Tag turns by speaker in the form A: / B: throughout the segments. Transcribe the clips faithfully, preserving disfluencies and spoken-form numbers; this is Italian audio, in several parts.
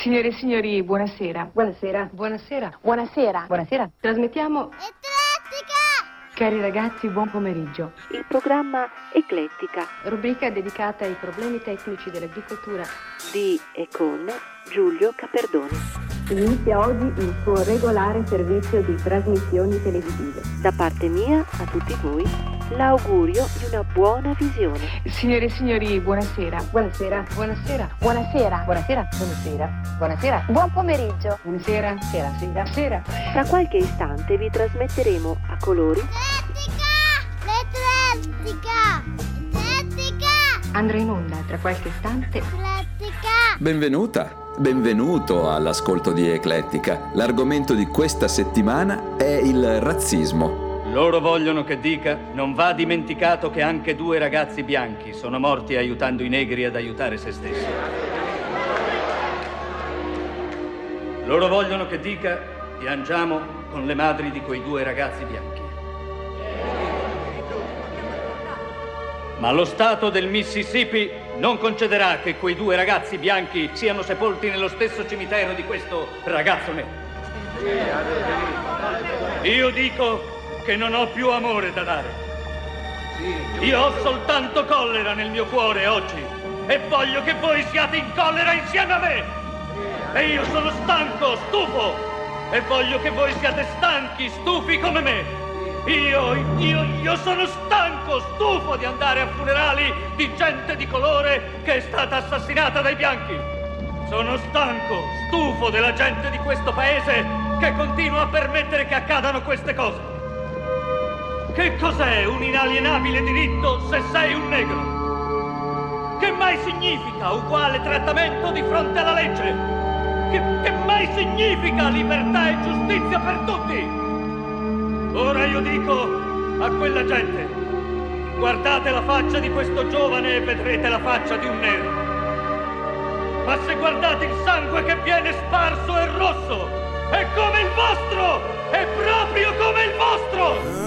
A: Signore e signori, buonasera.
B: Buonasera.
A: Buonasera.
B: Buonasera. Buonasera.
A: Trasmettiamo...
C: Eclettica!
A: Cari ragazzi, buon pomeriggio.
D: Il programma Eclettica.
A: Rubrica dedicata ai problemi tecnici dell'agricoltura.
D: Di e con Giulio Caperdoni.
B: Inizia oggi il suo regolare servizio di trasmissioni televisive.
D: Da parte mia a tutti voi l'augurio di una buona visione.
A: Signore e signori, buonasera.
B: Buonasera.
A: Buonasera.
B: Buonasera. Buonasera. Buonasera. Buonasera.
C: Buon pomeriggio.
A: Buonasera.
B: Sera, sera.
A: Sera.
D: Tra qualche istante vi trasmetteremo a colori
C: L'Eclettica! L'Eclettica!
A: Andrà in onda tra qualche istante.
C: L'Eclettica!
E: Benvenuta, benvenuto all'ascolto di Eclettica. L'argomento di questa settimana è il razzismo.
F: Loro vogliono che dica: non va dimenticato che anche due ragazzi bianchi sono morti aiutando i negri ad aiutare se stessi. Loro vogliono che dica: piangiamo con le madri di quei due ragazzi bianchi. Ma lo Stato del Mississippi non concederà che quei due ragazzi bianchi siano sepolti nello stesso cimitero di questo ragazzo nero. Io dico che non ho più amore da dare. Io ho soltanto collera nel mio cuore oggi e voglio che voi siate in collera insieme a me. E io sono stanco, stufo, e voglio che voi siate stanchi, stufi come me. Io, io, io sono stanco, stufo di andare a funerali di gente di colore che è stata assassinata dai bianchi. Sono stanco, stufo della gente di questo paese che continua a permettere che accadano queste cose. Che cos'è un inalienabile diritto se sei un negro? Che mai significa uguale trattamento di fronte alla legge? Che, che mai significa libertà e giustizia per tutti? Ora io dico a quella gente: guardate la faccia di questo giovane e vedrete la faccia di un nero. Ma se guardate il sangue che viene sparso è rosso, è come il vostro, è proprio come il vostro.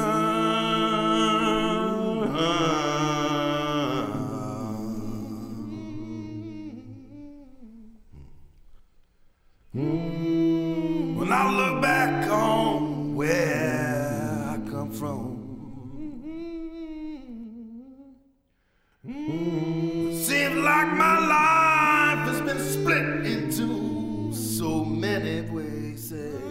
G: When I look back on where I come from, seems like my life has been split into so many ways.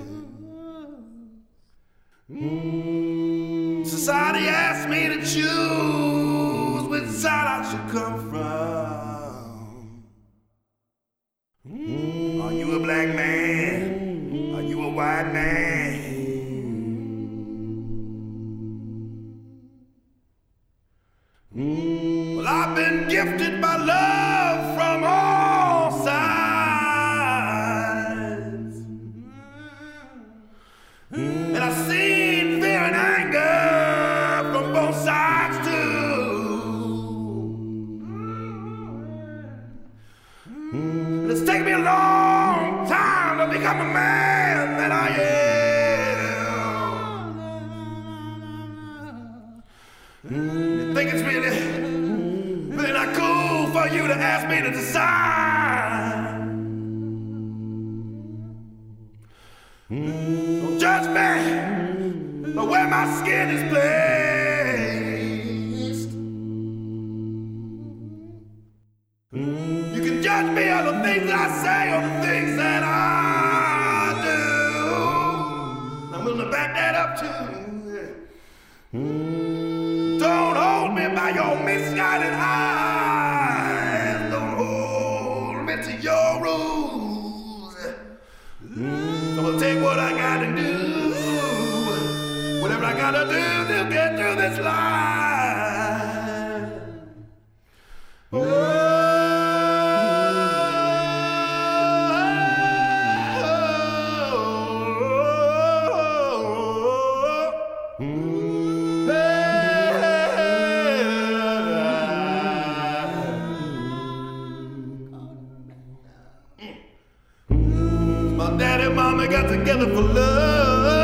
G: Society asked me to choose which side I should come from. Are you a black man? Are you a white man? Well, I've been gifted by love from all sides, and I've seen fear and anger from both sides too. And it's taken me a long time to become a man that I am. You think it's really, really not cool for you to ask me to decide? Don't judge me by where my skin is placed. You can judge me on the things that I say or the things that I do. I'm willing to back that up too. Don't hold me by your misguided eyes. Don't hold me to your rules. I'm gonna take what I gotta do, whatever I gotta do to get through this life. Oh. Daddy and mama got together for love.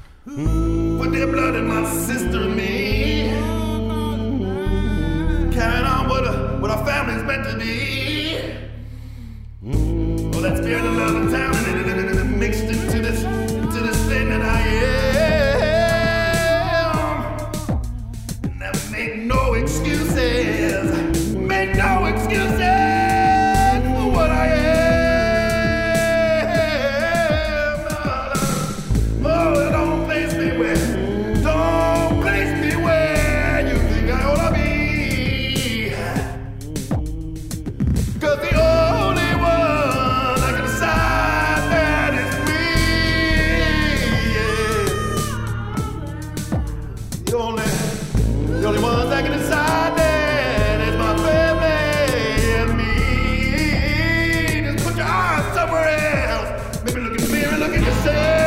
G: Put their blood in my sister and me. Carry meant to be. Oh, that spirit of love and town and mixed into this, into this thing that I am. Never make no excuses, make no excuses for what I am. Oh, don't place me where, don't place me where you think I ought to be. 'Cause the only one that can decide that is me, yeah. The only, the only one that can decide that is my family and me. Just put your eyes somewhere else. Maybe look in the mirror, look at yourself.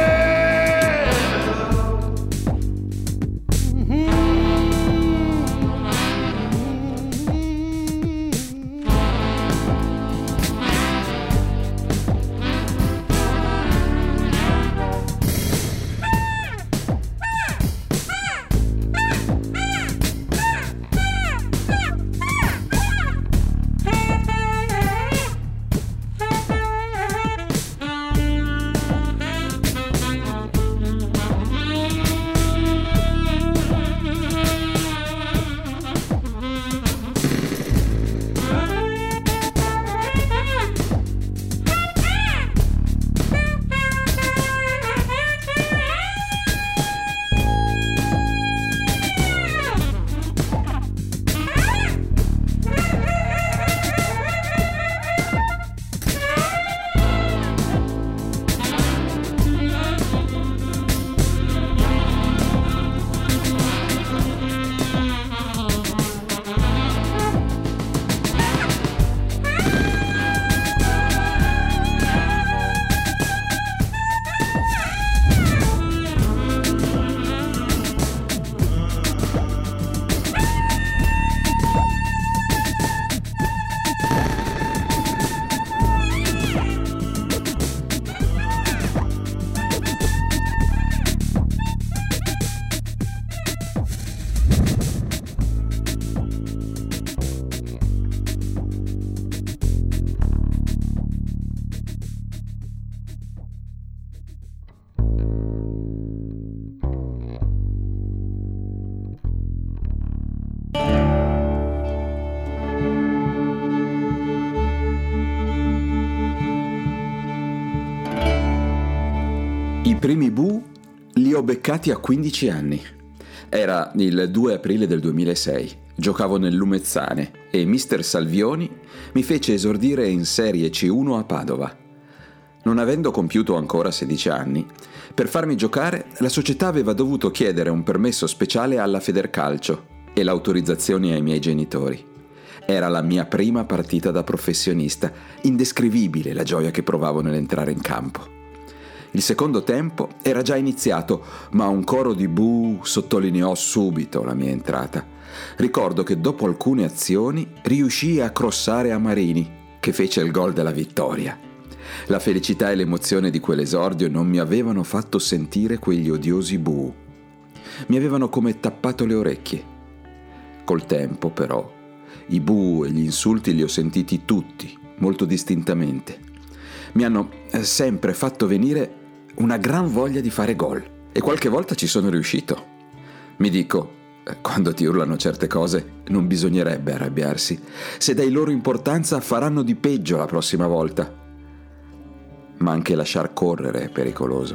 E: I primi Boo li ho beccati a quindici anni. Era il due aprile del duemilasei. Giocavo nel Lumezzane e mister Salvioni mi fece esordire in Serie C uno a Padova. Non avendo compiuto ancora sedici anni, per farmi giocare la società aveva dovuto chiedere un permesso speciale alla Federcalcio e l'autorizzazione ai miei genitori. Era la mia prima partita da professionista, indescrivibile la gioia che provavo nell'entrare in campo. Il secondo tempo era già iniziato, ma un coro di boo sottolineò subito la mia entrata. Ricordo che dopo alcune azioni riuscii a crossare Amarini, che fece il gol della vittoria. La felicità e l'emozione di quell'esordio non mi avevano fatto sentire quegli odiosi boo. Mi avevano come tappato le orecchie. Col tempo, però, i boo e gli insulti li ho sentiti tutti, molto distintamente. Mi hanno sempre fatto venire una gran voglia di fare gol e qualche volta ci sono riuscito. Mi dico, quando ti urlano certe cose non bisognerebbe arrabbiarsi. Se dai loro importanza faranno di peggio la prossima volta. Ma anche lasciar correre è pericoloso.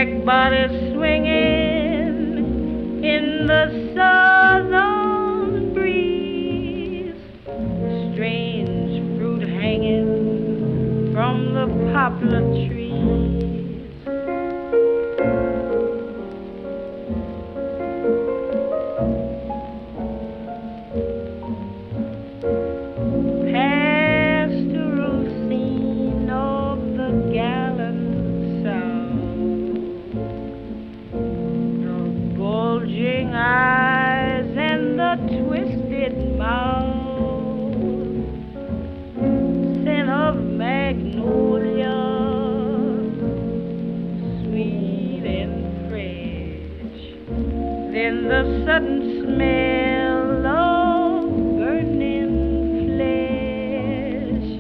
H: black body swinging in the southern breeze, strange fruit hanging from the poplar trees. Eyes and the twisted mouth, scent of magnolia, sweet and fresh. Then the sudden smell of burning flesh.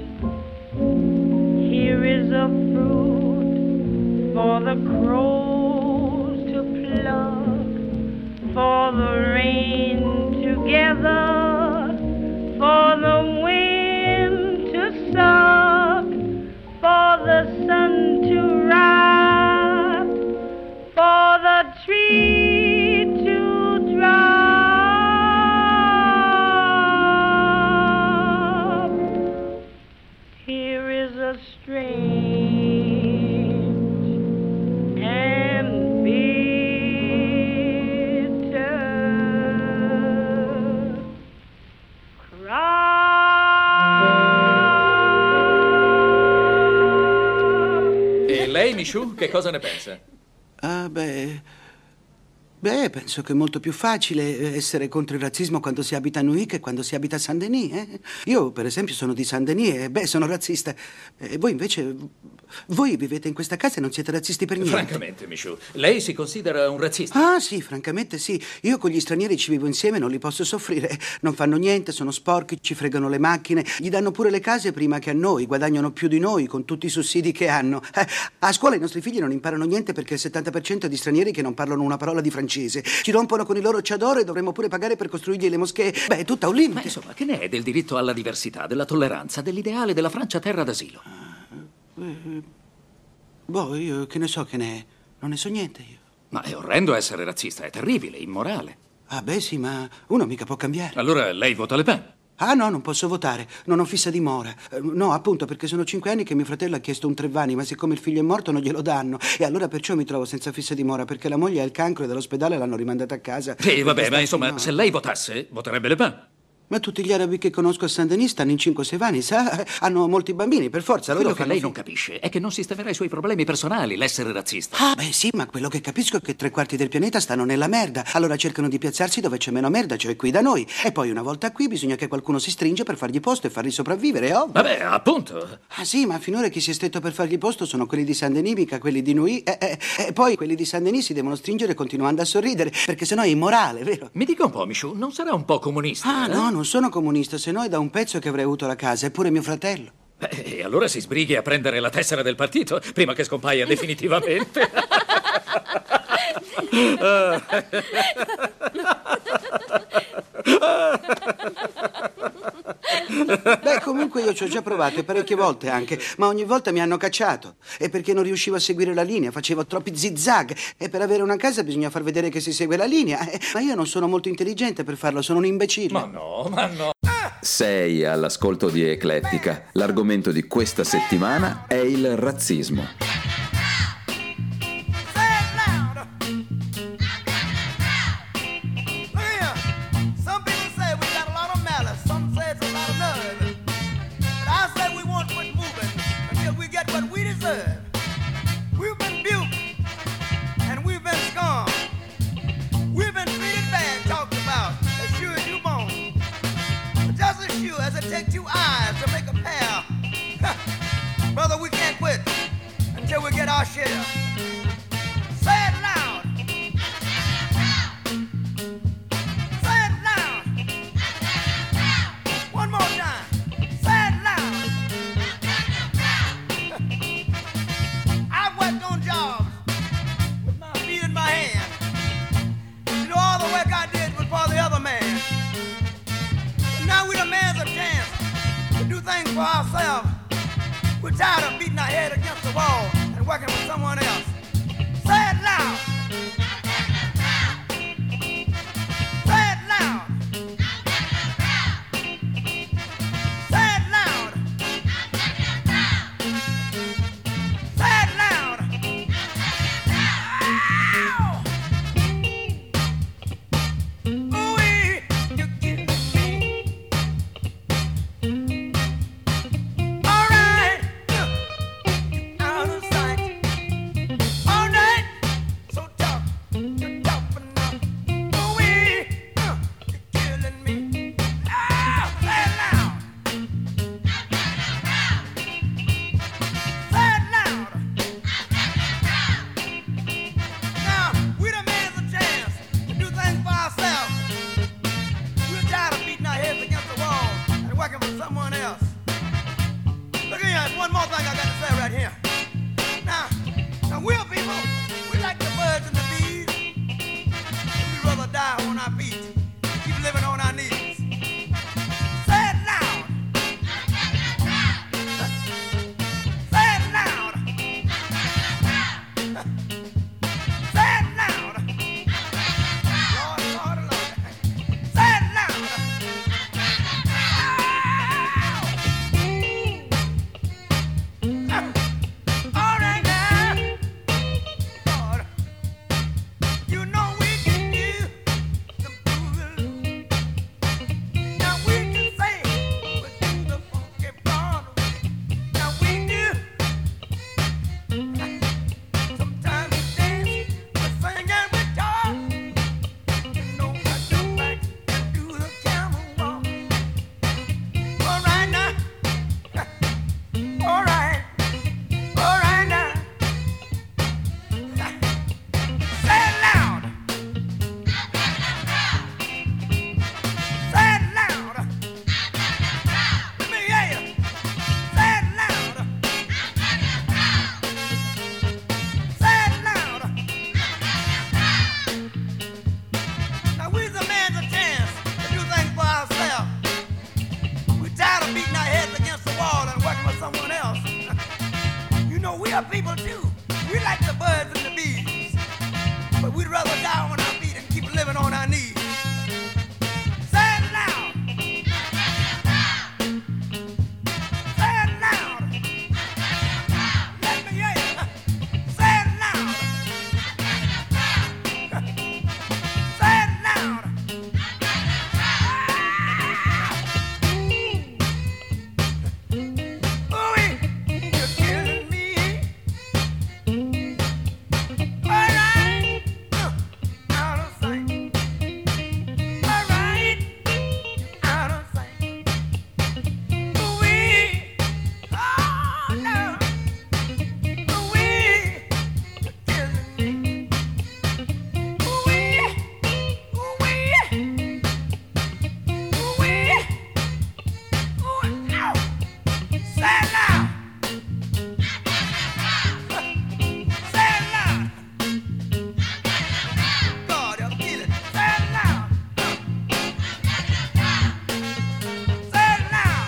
H: Here is a fruit for the crows to pluck, for the rain to gather, for the wind to suck, for the sun to rise, for the tree to drop. Here is a strange and big
I: Lei, Michoud, che cosa ne pensa?
J: Ah, beh... Beh, penso che è molto più facile essere contro il razzismo quando si abita a Neuilly che quando si abita a Saint-Denis, eh? Io, per esempio, sono di Saint-Denis e, beh, sono razzista. E voi, invece, voi vivete in questa casa e non siete razzisti per niente.
I: Francamente, Michoud, lei si considera un razzista?
J: Ah, sì, francamente sì. Io con gli stranieri ci vivo insieme e non li posso soffrire. Non fanno niente, sono sporchi, ci fregano le macchine, gli danno pure le case prima che a noi, guadagnano più di noi con tutti i sussidi che hanno. Eh, a scuola i nostri figli non imparano niente perché il settanta per cento è di stranieri che non parlano una parola di francese. Ci rompono con i loro chador e dovremmo pure pagare per costruirgli le moschee. Beh, è tutta un limite.
I: Ma insomma, che ne è del diritto alla diversità, della tolleranza, dell'ideale della Francia terra d'asilo?
J: Uh, eh, boh, io che ne so che ne è. Non ne so niente io.
I: Ma è orrendo essere razzista, è terribile, immorale.
J: Ah, beh, sì, ma uno mica può cambiare.
I: Allora lei vota Le Pen?
J: Ah, no, non posso votare. Non ho fissa dimora. Eh, no, appunto, perché sono cinque anni che mio fratello ha chiesto un Trevani, ma siccome il figlio è morto non glielo danno. E allora perciò mi trovo senza fissa dimora, perché la moglie ha il cancro e dall'ospedale l'hanno rimandata a casa.
I: Sì, vabbè, ma insomma, no. Se lei votasse, voterebbe Le Pen.
J: Ma tutti gli arabi che conosco a Saint-Denis stanno in cinque sei anni, sa? Hanno molti bambini, per forza.
I: Quello
J: Loro
I: che lei
J: fi-
I: non capisce è che non sistemerà i suoi problemi personali, l'essere razzista.
J: Ah, beh, sì, ma quello che capisco è che tre quarti del pianeta stanno nella merda. Allora cercano di piazzarsi dove c'è meno merda, cioè qui da noi. E poi una volta qui bisogna che qualcuno si stringe per fargli posto e farli sopravvivere, è ovvio.
I: Vabbè, appunto.
J: Ah, sì, ma finora chi si è stretto per fargli posto sono quelli di Saint-Denis, mica quelli di Neuilly. E eh, eh, eh, poi quelli di Saint-Denis si devono stringere continuando a sorridere, perché sennò è immorale, vero?
I: Mi dica un po', Michoud, non sarà un po' comunista?
J: Ah,
I: eh?
J: no, non sono comunista, se no è da un pezzo che avrei avuto la casa, eppure mio fratello.
I: Beh, e allora si sbrighi a prendere la tessera del partito prima che scompaia definitivamente.
J: Beh, comunque io ci ho già provato parecchie volte anche, ma ogni volta mi hanno cacciato. E perché non riuscivo a seguire la linea, facevo troppi zigzag. E per avere una casa bisogna far vedere che si segue la linea. Eh, ma io non sono molto intelligente per farlo, sono un imbecille.
I: Ma no, ma no.
E: Sei all'ascolto di Eclettica. L'argomento di questa settimana è il razzismo.
G: Take two eyes to make a pair. Brother, we can't quit until we get our share. Say it loud. Say it loud. One more time. Say it loud. I've worked on jobs with my feet in my hand. You know, all the work I did was for the other man. Now we demand a chance to do things for ourselves. We're tired of beating our head against the wall and working with someone else. Say it we're people, we like the birds and the bees. We'd rather die on our feet, keep living on our knees. Say it loud. Say it loud. Say it loud. Lord, Lord, Lord. Say it loud. All right now, Lord, you know we can do the blues. Now we can say we do the funky Broadway. Now we do. Sometimes we dance, we sing and we talk. You know I jump back and do the camel walk. All right now. All right. All right now. Say it loud. Say it loud. Let me hear you. Say it loud. Say it loud. Now we's a man's a chance to do things for ourselves. We're tired of beating our heads against the wall and working with someone else. You know, we are people too. We like the birds and the bees. But we'd rather die on our feet and keep living on our knees. Say it loud. Say it loud. Let me hear you. Say it loud. Say it loud. Ooh-wee, you're killing me. All right, uh, out of sight. All right, out of sight. Ooh-wee, oh no. Ooh-wee, you're killing me. Ooh-wee, ooh-wee, ooh-wee, ooh, ow. Say it loud. Say it loud. God, you'll feel it. Say it loud. Say it loud.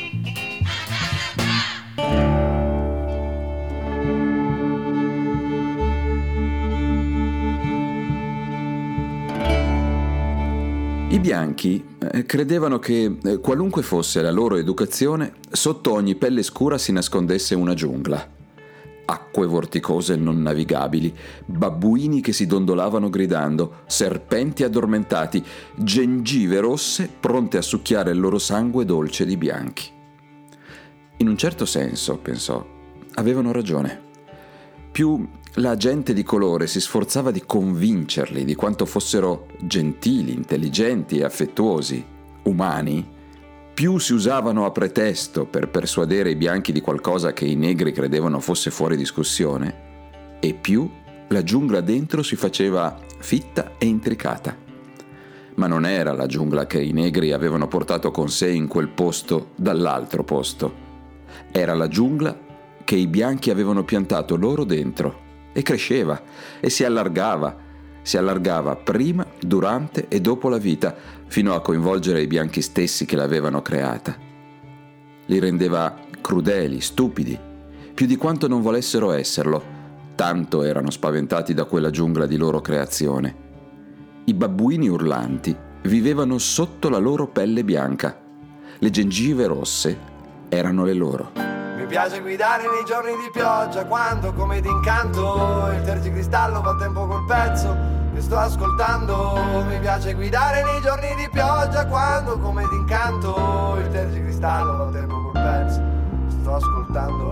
E: I bianchi eh, credevano che, eh, qualunque fosse la loro educazione, sotto ogni pelle scura si nascondesse una giungla. Acque vorticose e non navigabili, babbuini che si dondolavano gridando, serpenti addormentati, gengive rosse pronte a succhiare il loro sangue dolce di bianchi. In un certo senso, pensò, avevano ragione. Più la gente di colore si sforzava di convincerli di quanto fossero gentili, intelligenti e affettuosi, umani, più si usavano a pretesto per persuadere i bianchi di qualcosa che i negri credevano fosse fuori discussione, e più la giungla dentro si faceva fitta e intricata. Ma non era la giungla che i negri avevano portato con sé in quel posto dall'altro posto. Era la giungla che i bianchi avevano piantato loro dentro, e cresceva e si allargava, si allargava prima, durante e dopo la vita, fino a coinvolgere i bianchi stessi che l'avevano creata. Li rendeva crudeli, stupidi, più di quanto non volessero esserlo, tanto erano spaventati da quella giungla di loro creazione. I babbuini urlanti vivevano sotto la loro pelle bianca, le gengive rosse erano le loro.
K: Mi piace guidare nei giorni di pioggia, quando come d'incanto il tergicristallo fa tempo col pezzo che sto ascoltando. Mi piace guidare nei giorni di pioggia, quando come d'incanto il tergicristallo fa tempo col pezzo che sto ascoltando.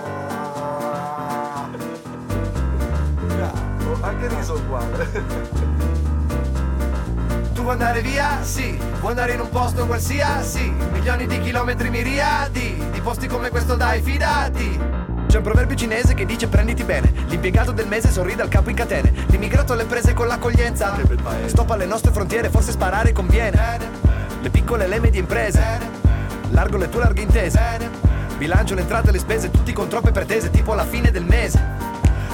K: Bravo, anche riso uguale. Tu vuoi andare via? Sì. Vuoi andare in un posto qualsiasi? Milioni di chilometri miriadi di posti come questo, dai, fidati. C'è un proverbio cinese che dice prenditi bene. L'impiegato del mese sorride al capo in catene. L'immigrato alle prese con l'accoglienza. Stop alle nostre frontiere, forse sparare conviene. Le piccole e le medie imprese. Largo le tue larghe intese. Bilancio le entrate e le spese, tutti con troppe pretese, tipo alla fine del mese. Tranquilli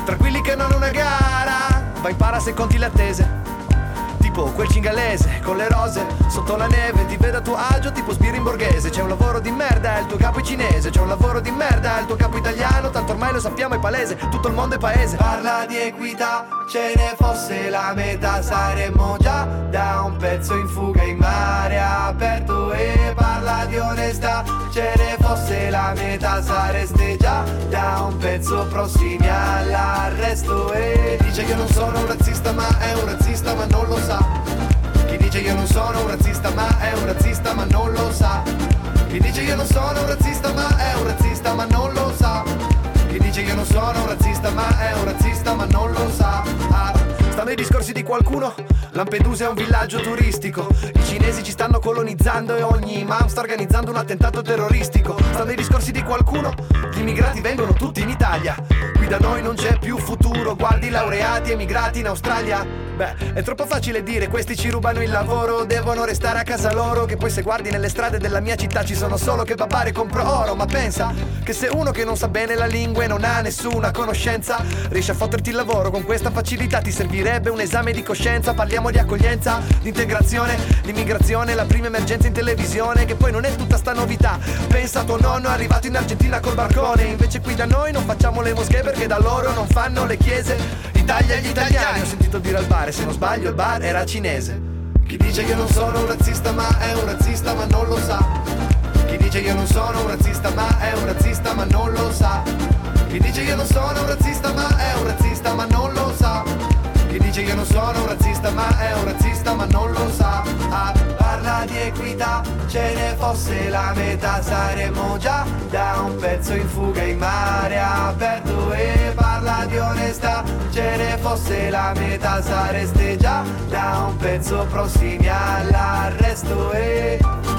K: che non una gara. Vai, impara se conti le attese, tipo quel cingalese con le rose sotto la neve. Ti vedo a tuo agio tipo sbirri in borghese. C'è un lavoro di merda, il tuo capo è cinese. C'è un lavoro di merda, il tuo capo italiano. Tanto ormai lo sappiamo, è palese, tutto il mondo è paese. Parla di equità, ce ne fosse la metà saremmo già da un pezzo in fuga in mare aperto. E parla di onestà, ce ne fosse la metà sareste già da un pezzo prossimi all'arresto. E dice che non sono un razzista ma è un razzista ma non lo sa. Chi dice io non sono un razzista ma è un razzista ma non lo sa. Chi dice io non sono un razzista ma è un razzista ma non lo sa. Chi dice io non sono un razzista ma è un razzista ma non lo sa. Ah, stanno i discorsi di qualcuno. Lampedusa è un villaggio turistico. I cinesi ci stanno colonizzando e ogni imam sta organizzando un attentato terroristico. Stanno i discorsi di qualcuno. Gli immigrati vengono tutti in Italia. Qui da noi non c'è più futuro. Guardi i laureati emigrati in Australia. Beh, è troppo facile dire questi ci rubano il lavoro, devono restare a casa loro. Che poi se guardi nelle strade della mia città ci sono solo che babare compro oro. Ma pensa che se uno che non sa bene la lingua e non ha nessuna conoscenza riesce a fotterti il lavoro con questa facilità, ti servirebbe un esame di coscienza. Parliamo di accoglienza, di integrazione, di immigrazione, la prima emergenza in televisione. Che poi non è tutta sta novità. Pensa a tuo nonno arrivato in Argentina col barcone. Invece qui da noi non facciamo le moschee perché da loro non fanno le chiese. Italia agli italiani, ho sentito dire al bar, se non sbaglio il bar era cinese. Chi dice che non sono un razzista ma è un razzista ma non lo sa. Chi dice io non sono un razzista ma è un razzista ma non lo sa. Chi dice io non sono un razzista ma è un razzista ma non lo sa. Chi dice io non sono un razzista ma è un razzista ma non lo sa. Ah, parla di equità, ce ne fosse la metà saremmo già da un pezzo in fuga in mare aperto. E parla di onestà, ce ne fosse la metà sareste già da un pezzo prossimi all'arresto. E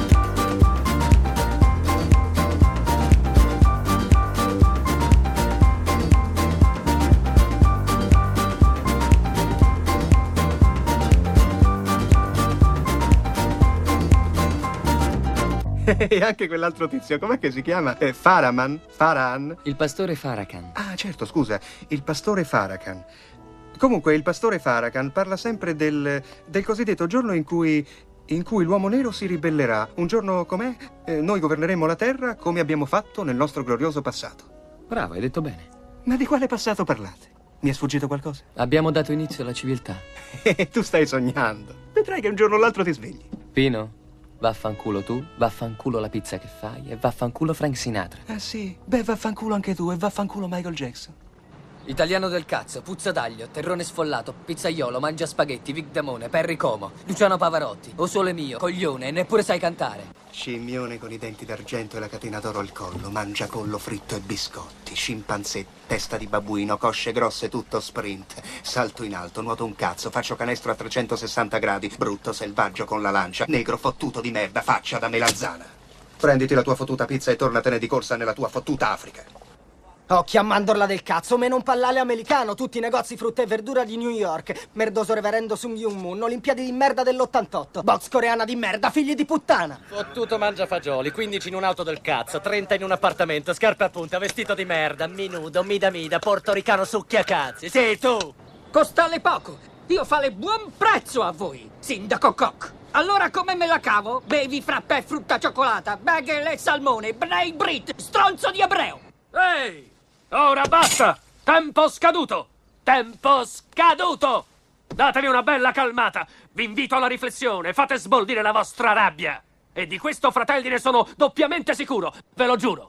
L: E anche quell'altro tizio, com'è che si chiama? Eh, Faraman? Farahan?
M: Il pastore Farrakhan.
L: Ah, certo, scusa, il pastore Farrakhan. Comunque, il pastore Farrakhan parla sempre del, del cosiddetto giorno in cui, in cui l'uomo nero si ribellerà. Un giorno com'è? Eh, noi governeremo la terra come abbiamo fatto nel nostro glorioso passato.
M: Bravo, hai detto bene.
L: Ma di quale passato parlate? Mi è sfuggito qualcosa?
M: Abbiamo dato inizio alla civiltà.
L: Tu stai sognando. Vedrai che un giorno o l'altro ti svegli.
M: Pino? Vaffanculo tu, vaffanculo la pizza che fai e vaffanculo Frank Sinatra.
L: Ah sì? Beh, vaffanculo anche tu e vaffanculo Michael Jackson.
M: Italiano del cazzo, puzza d'aglio, terrone sfollato, pizzaiolo, mangia spaghetti, Vic Damone, Perry Como, Luciano Pavarotti, O Sole Mio, coglione, e neppure sai cantare.
L: Scimmione con i denti d'argento e la catena d'oro al collo, mangia collo fritto e biscotti, scimpanzé, testa di babbuino, cosce grosse, tutto sprint, salto in alto, nuoto un cazzo, faccio canestro a trecentosessanta gradi, brutto selvaggio con la lancia, negro fottuto di merda, faccia da melanzana. Prenditi la tua fottuta pizza e tornatene di corsa nella tua fottuta Africa.
N: Occhi a mandorla del cazzo, meno un pallale americano, tutti i negozi frutta e verdura di New York, merdoso reverendo Sung Yung Moon, Olimpiadi di merda dell'ottantotto, box coreana di merda, figli di puttana.
O: Fottuto mangia fagioli, quindici in un'auto del cazzo, trenta in un appartamento, scarpe a punta, vestito di merda, minudo, mida mida, portoricano succhia cazzi. Sì, tu!
H: Costale poco, io fale buon prezzo a voi, sindaco Koch. Allora come me la cavo? Bevi frappè, frutta cioccolata, bagel e salmone, Bnei Brit, stronzo di ebreo.
O: Ehi! Ora basta! Tempo scaduto! Tempo scaduto! Datevi una bella calmata! Vi invito alla riflessione, fate sboldire la vostra rabbia! E di questo, fratelli, ne sono doppiamente sicuro, ve lo giuro!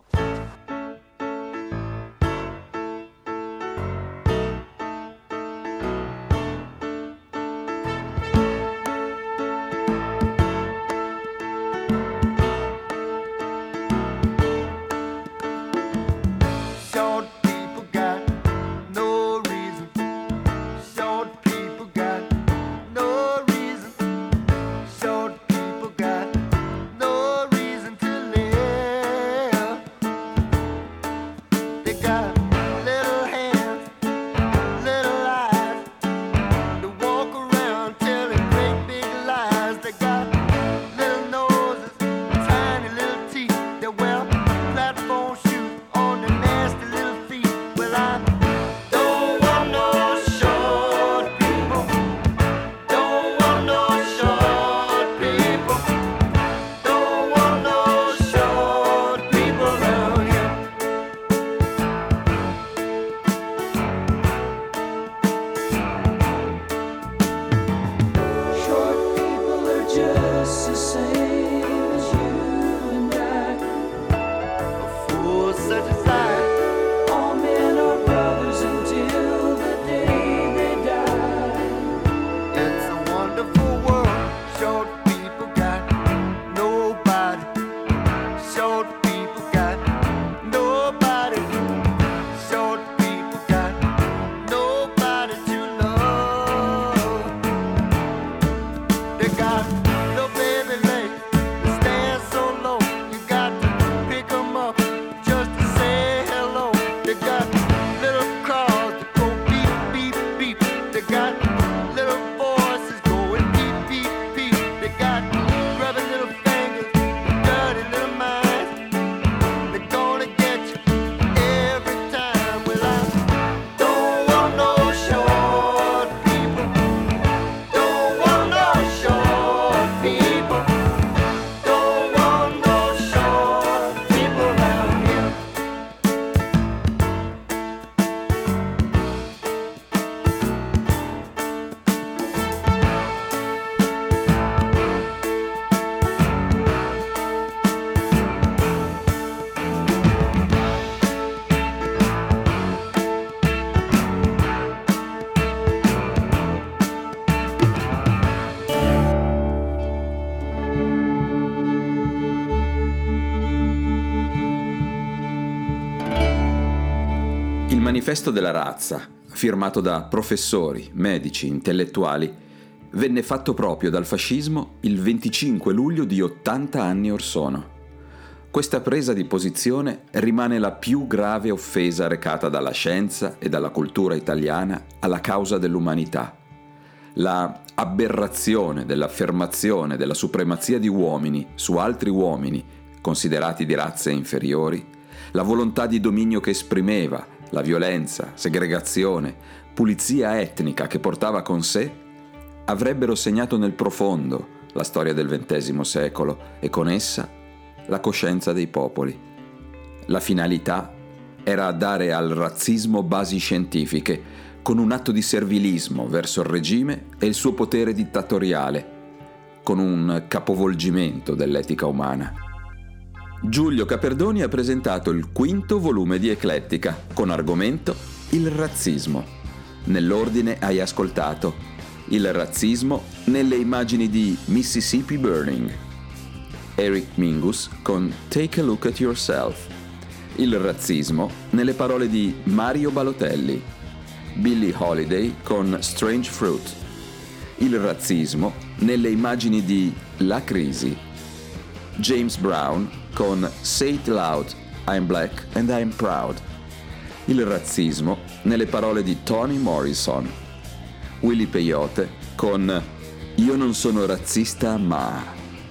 E: Manifesto della razza, firmato da professori, medici, intellettuali, venne fatto proprio dal fascismo il venticinque luglio di ottanta anni or sono. Questa presa di posizione rimane la più grave offesa recata dalla scienza e dalla cultura italiana alla causa dell'umanità. La aberrazione dell'affermazione della supremazia di uomini su altri uomini considerati di razze inferiori, la volontà di dominio che esprimeva, la violenza, segregazione, pulizia etnica che portava con sé, avrebbero segnato nel profondo la storia del ventesimo secolo e con essa la coscienza dei popoli. La finalità era dare al razzismo basi scientifiche, con un atto di servilismo verso il regime e il suo potere dittatoriale, con un capovolgimento dell'etica umana. Giulio Caperdoni ha presentato il quinto volume di Eclettica, con argomento il razzismo. Nell'ordine hai ascoltato il razzismo nelle immagini di Mississippi Burning, Eric Mingus con Take a Look at Yourself, il razzismo nelle parole di Mario Balotelli, Billie Holiday con Strange Fruit, il razzismo nelle immagini di La Crisi, James Brown con Say It Loud, I'm Black and I'm Proud, il razzismo nelle parole di Toni Morrison, Willy Peyote con Io non sono razzista ma...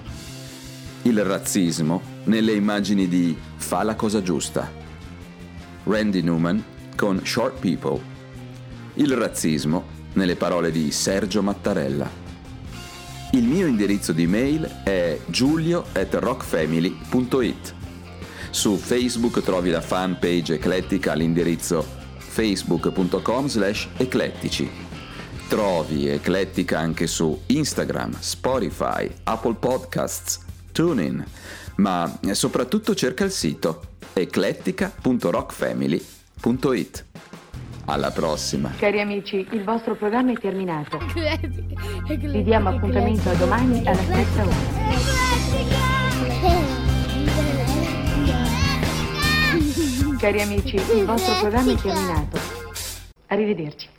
E: il razzismo nelle immagini di Fa la cosa giusta, Randy Newman con Short People, il razzismo nelle parole di Sergio Mattarella. Il mio indirizzo di mail è giulio at rockfamily punto it. Su Facebook trovi la fanpage Eclettica all'indirizzo facebook punto com slash eclettici. Trovi Eclettica anche su Instagram, Spotify, Apple Podcasts, TuneIn, ma soprattutto cerca il sito eclettica punto rockfamily punto it. Alla prossima.
A: Cari amici, il vostro programma è terminato. Vi diamo appuntamento a domani alla stessa ora. Cari amici, il vostro programma è terminato. Arrivederci.